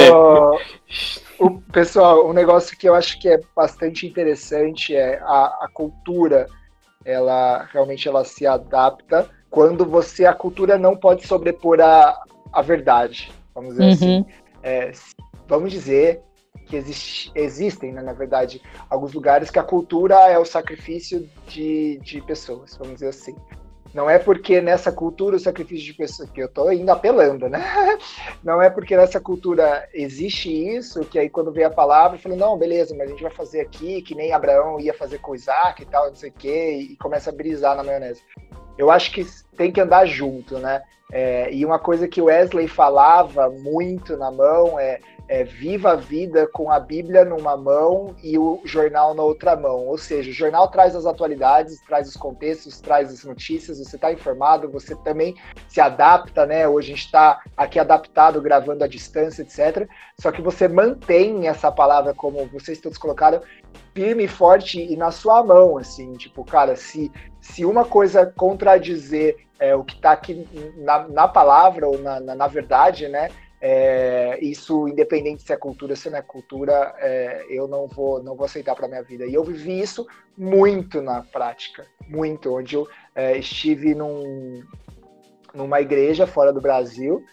pessoal, um negócio que eu acho que é bastante interessante é a cultura, ela realmente se adapta quando a cultura não pode sobrepor a verdade, vamos dizer assim. Vamos dizer que existem, né, na verdade, alguns lugares que a cultura é o sacrifício de pessoas, vamos dizer assim. Não é porque nessa cultura o sacrifício de pessoas, que eu tô ainda apelando, né? Não é porque nessa cultura existe isso, que aí quando vem a palavra, eu falo, não, beleza, mas a gente vai fazer aqui, que nem Abraão ia fazer com Isaac e tal, não sei o quê, e começa a brisar na maionese. Eu acho que tem que andar junto, né? E uma coisa que o Wesley falava muito na mão viva a vida com a Bíblia numa mão e o jornal na outra mão. Ou seja, o jornal traz as atualidades, traz os contextos, traz as notícias, você está informado, você também se adapta, né? Hoje a gente está aqui adaptado, gravando à distância, etc. Só que você mantém essa palavra, como vocês todos colocaram, firme e forte e na sua mão, assim, tipo, cara, se uma coisa contradizer o que está aqui na palavra ou na verdade, né? Isso, independente se é cultura, se não é cultura, eu não vou aceitar para minha vida. E eu vivi isso muito na prática, muito, onde eu estive numa igreja fora do Brasil,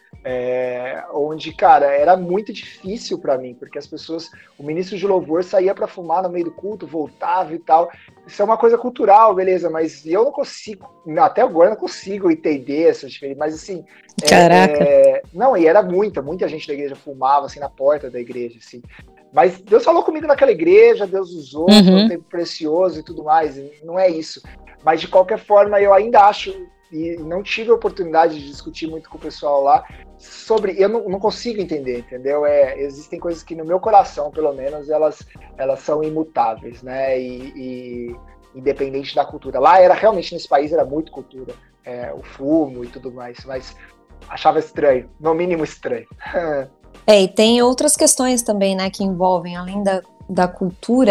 onde, cara, era muito difícil para mim, porque as pessoas, o ministro de louvor saía para fumar no meio do culto, voltava e tal. Isso é uma coisa cultural, beleza, mas eu não consigo, até agora eu não consigo entender essa diferença, mas assim... Caraca! Não, e era muita gente da igreja fumava, assim, na porta da igreja, assim. Mas Deus falou comigo naquela igreja, Deus usou, foi um tempo precioso e tudo mais, não é isso. Mas, de qualquer forma, eu ainda acho, e não tive a oportunidade de discutir muito com o pessoal lá, sobre... Eu não consigo entender, entendeu? Existem coisas que, no meu coração, pelo menos, elas são imutáveis, né? E independente da cultura. Lá, realmente, nesse país, era muito cultura. O fumo e tudo mais, mas achava estranho, no mínimo estranho. E tem outras questões também, né, que envolvem, além da cultura,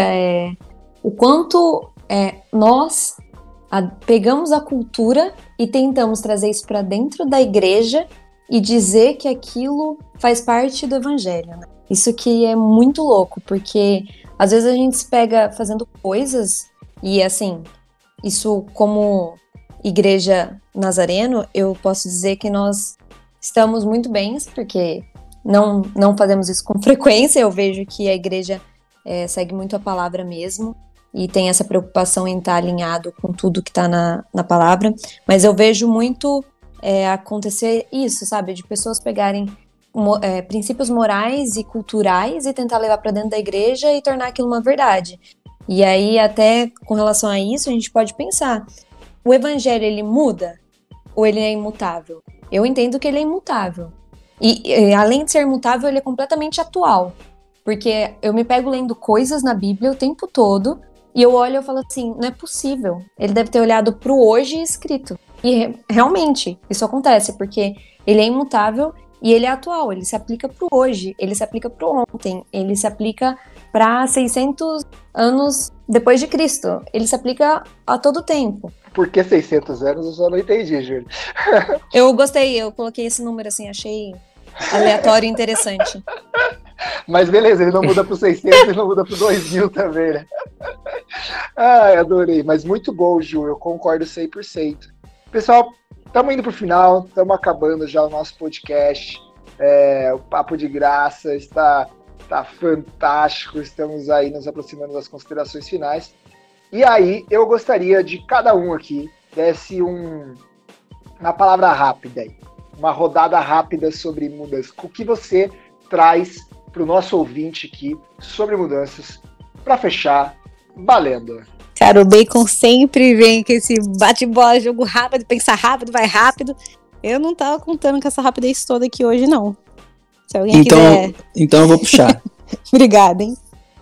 o quanto nós pegamos a cultura e tentamos trazer isso para dentro da igreja e dizer que aquilo faz parte do evangelho, né? Isso que é muito louco, porque às vezes a gente se pega fazendo coisas e, assim, isso como igreja Nazareno, eu posso dizer que nós estamos muito bem, porque não fazemos isso com frequência. Eu vejo que a igreja segue muito a palavra mesmo e tem essa preocupação em estar alinhado com tudo que está na palavra, mas eu vejo muito acontecer isso, sabe, de pessoas pegarem princípios morais e culturais e tentar levar para dentro da igreja e tornar aquilo uma verdade. E aí, até com relação a isso, a gente pode pensar, o evangelho, ele muda ou ele é imutável? Eu entendo que ele é imutável. E além de ser imutável, ele é completamente atual. Porque eu me pego lendo coisas na Bíblia o tempo todo e eu olho e eu falo assim, não é possível. Ele deve ter olhado para o hoje escrito. E realmente, isso acontece, porque ele é imutável e ele é atual. Ele se aplica para o hoje, ele se aplica para o ontem, ele se aplica para 600 anos depois de Cristo. Ele se aplica a todo tempo. Por que 600 anos? Eu só não entendi, Júlio. Eu gostei, eu coloquei esse número assim, achei aleatório e interessante. Mas beleza, ele não muda pro 600, ele não muda pro 2000 também, né? Ai, adorei. Mas muito bom, Ju, eu concordo 100%. Pessoal, estamos indo pro final, estamos acabando já o nosso podcast. O Papo de Graça está fantástico, estamos aí nos aproximando das considerações finais. E aí, eu gostaria de cada um aqui desse uma palavra rápida aí, uma rodada rápida sobre mudanças. O que você traz para o nosso ouvinte aqui sobre mudanças, para fechar, valendo. Cara, o Bacon sempre vem com esse bate-bola, jogo rápido, pensar rápido, vai rápido. Eu não tava contando com essa rapidez toda aqui hoje, não. Se alguém quiser... Então eu vou puxar. Obrigada, hein?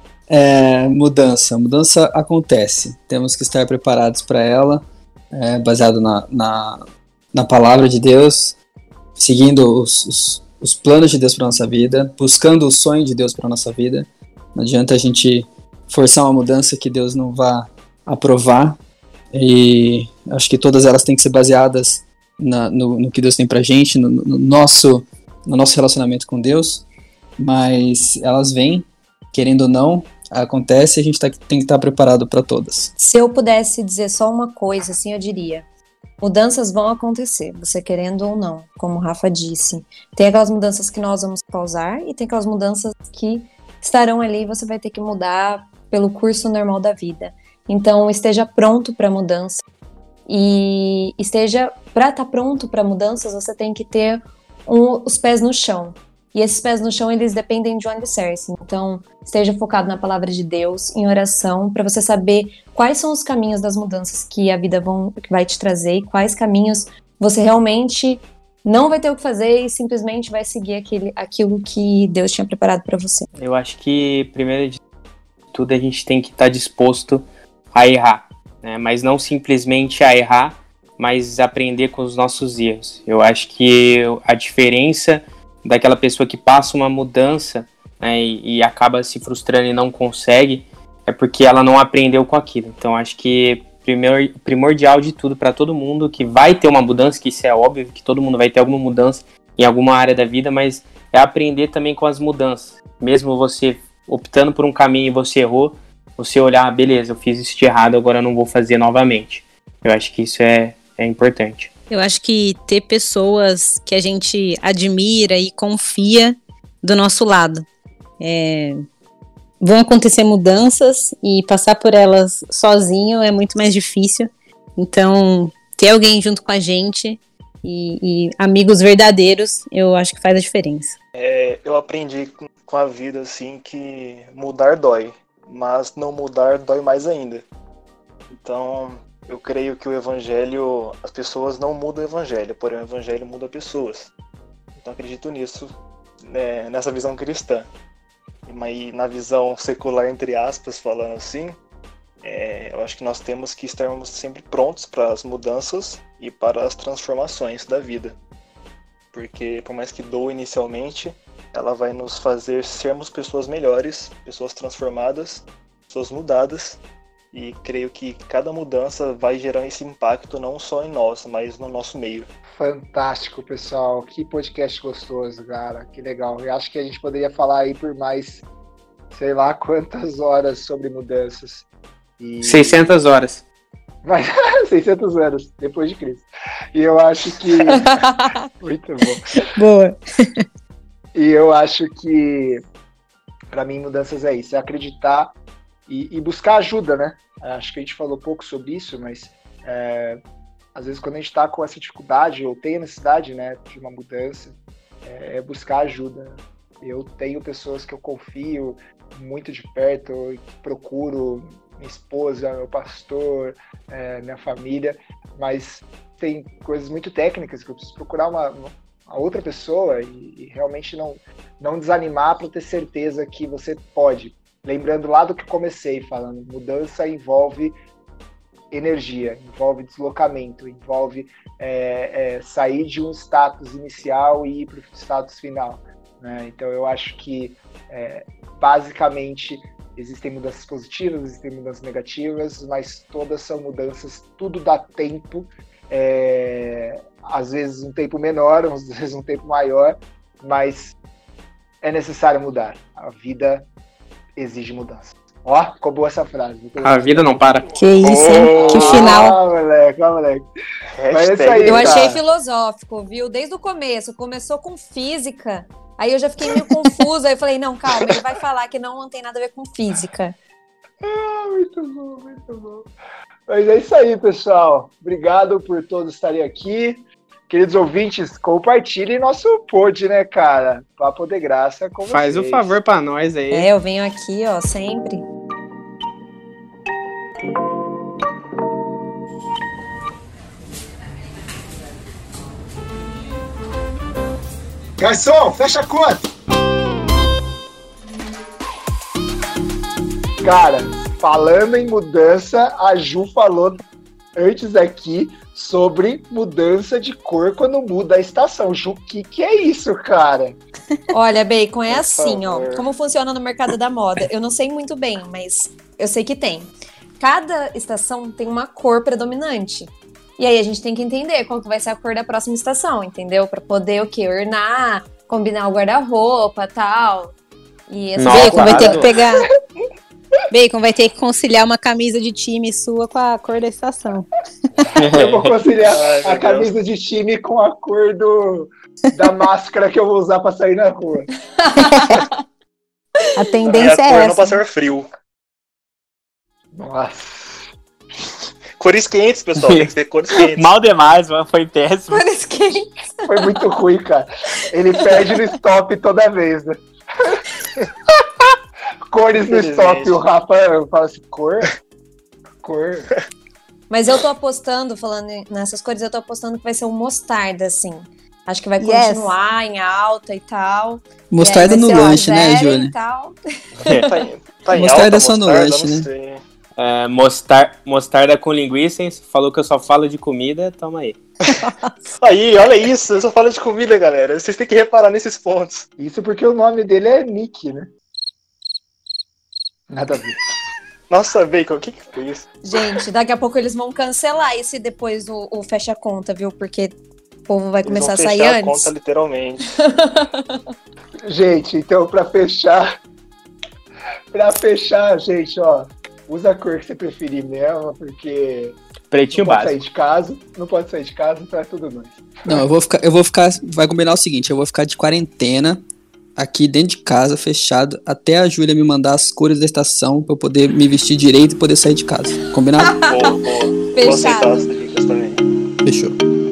Mudança acontece. Temos que estar preparados para ela, baseado na palavra de Deus, seguindo os planos de Deus para nossa vida, buscando o sonho de Deus para nossa vida. Não adianta a gente forçar uma mudança que Deus não vai aprovar, e acho que todas elas têm que ser baseadas no que Deus tem pra gente, no nosso relacionamento com Deus, mas elas vêm, querendo ou não, acontece, e a gente tem que estar preparado para todas. Se eu pudesse dizer só uma coisa, assim, eu diria: mudanças vão acontecer, você querendo ou não, como o Rafa disse. Tem aquelas mudanças que nós vamos causar e tem aquelas mudanças que estarão ali e você vai ter que mudar pelo curso normal da vida. Então, esteja pronto para mudança. E para estar pronto para mudanças, você tem que ter os pés no chão. E esses pés no chão, eles dependem de um alicerce. Então, esteja focado na palavra de Deus, em oração, para você saber quais são os caminhos das mudanças que a vida vai te trazer, e quais caminhos você realmente não vai ter o que fazer e simplesmente vai seguir aquilo que Deus tinha preparado para você. Eu acho que, primeiro de tudo, a gente tem que estar disposto a errar, né? Mas não simplesmente a errar, mas aprender com os nossos erros. Eu acho que a diferença daquela pessoa que passa uma mudança, né, e acaba se frustrando e não consegue, é porque ela não aprendeu com aquilo. Então acho que primordial de tudo para todo mundo que vai ter uma mudança, que isso é óbvio, que todo mundo vai ter alguma mudança em alguma área da vida, mas é aprender também com as mudanças. Mesmo você optando por um caminho e você errou, você olhar, beleza, eu fiz isso de errado, agora eu não vou fazer novamente. Eu acho que isso é importante. Eu acho que ter pessoas que a gente admira e confia do nosso lado. Vão acontecer mudanças e passar por elas sozinho é muito mais difícil. Então, ter alguém junto com a gente e amigos verdadeiros, eu acho que faz a diferença. Eu aprendi com a vida, assim, que mudar dói, mas não mudar dói mais ainda. Então, eu creio que o evangelho, as pessoas não mudam o evangelho, porém o evangelho muda pessoas. Então, acredito nisso, nessa visão cristã. Mas na visão secular, entre aspas, falando assim, eu acho que nós temos que estarmos sempre prontos para as mudanças e para as transformações da vida. Porque por mais que doa inicialmente, ela vai nos fazer sermos pessoas melhores, pessoas transformadas, pessoas mudadas. E creio que cada mudança vai gerar esse impacto não só em nós, mas no nosso meio. Fantástico, pessoal. Que podcast gostoso, cara. Que legal. Eu acho que a gente poderia falar aí por mais, sei lá quantas horas sobre mudanças. 600 horas. Mas 600 anos, depois de Cristo. E eu acho que... Muito bom. Boa. E eu acho que, pra mim, mudanças é isso. É acreditar e buscar ajuda, né? Acho que a gente falou pouco sobre isso, mas às vezes quando a gente está com essa dificuldade ou tem a necessidade, né, de uma mudança, é buscar ajuda. Eu tenho pessoas que eu confio muito de perto, que procuro, minha esposa, meu pastor, minha família, mas tem coisas muito técnicas que eu preciso procurar uma outra pessoa e realmente não desanimar para ter certeza que você pode. Lembrando lá do que comecei falando, mudança envolve energia, envolve deslocamento, envolve sair de um status inicial e ir para o status final, né? Então eu acho que basicamente existem mudanças positivas, existem mudanças negativas, mas todas são mudanças, tudo dá tempo, às vezes um tempo menor, às vezes um tempo maior, mas é necessário mudar. A vida exige mudança. Ó, ficou boa essa frase. A vida não para. Que isso, hein? Que final. Moleque. Mas é isso aí, eu achei filosófico, viu? Desde o começo. Começou com física. Aí eu já fiquei meio confusa. Aí eu falei, não, calma, ele vai falar que não tem nada a ver com física. Muito bom, muito bom. Mas é isso aí, pessoal. Obrigado por todos estarem aqui. Queridos ouvintes, compartilhem nosso pod, né, cara? Papo de graça com Faz vocês. o favor pra nós aí. Eu venho aqui, ó, sempre. Garçom, fecha a conta! Cara, falando em mudança, a Ju falou antes aqui sobre mudança de cor quando muda a estação. Ju, o que é isso, cara? Olha, Bacon, é assim, ó. favor. Como funciona no mercado da moda? Eu não sei muito bem, mas eu sei que tem. Cada estação tem uma cor predominante. E aí a gente tem que entender qual que vai ser a cor da próxima estação, entendeu? Pra poder o quê? Ornar, combinar o guarda-roupa, tal. E essa Nossa, Bacon vai ter claro. que pegar... Bacon vai ter que conciliar uma camisa de time sua com a cor da estação. Eu vou conciliar Ai, meu a camisa de time com a cor da máscara que eu vou usar pra sair na rua. A tendência a é cor não essa. passar frio. Nossa. Cores quentes, pessoal. Tem que ser cores quentes. Mal demais, mano. Foi péssimo. cores quentes. Foi muito ruim, cara. Ele perde no stop toda vez, né? Cores no stop. O Rafa fala assim, cor? Mas eu tô apostando, falando nessas cores, eu tô apostando que vai ser um mostarda, assim. Acho que vai Yes. continuar em alta e tal. Mostarda E aí vai no ser, ó, lanche, né, zero Júlia? e tal. Tá em Mostarda alta, é só no mostarda, lanche, não né? sei. Mostarda com linguiça, hein? Você falou que eu só falo de comida, toma aí. Aí, olha isso. Eu só falo de comida, galera. Vocês têm que reparar nesses pontos. Isso porque o nome dele é Nick, né? Nada a ver. Nossa, Bacon, o que foi isso? Gente, daqui a pouco eles vão cancelar isso e depois o fecha a conta, viu? Porque o povo vai Eles começar a vão sair fechar a antes. conta, literalmente. Gente, então pra fechar, gente, ó, usa a cor que você preferir mesmo, porque Pretinho Não pode básico. sair de casa, não pode sair de casa, então é tudo nós. Não, eu vou ficar, vai combinar o seguinte, eu vou ficar de quarentena aqui dentro de casa, fechado, até a Júlia me mandar as cores da estação pra eu poder me vestir direito e poder sair de casa. Combinado? Boa. Vou aceitar Fechado. as dicas também. Fechou.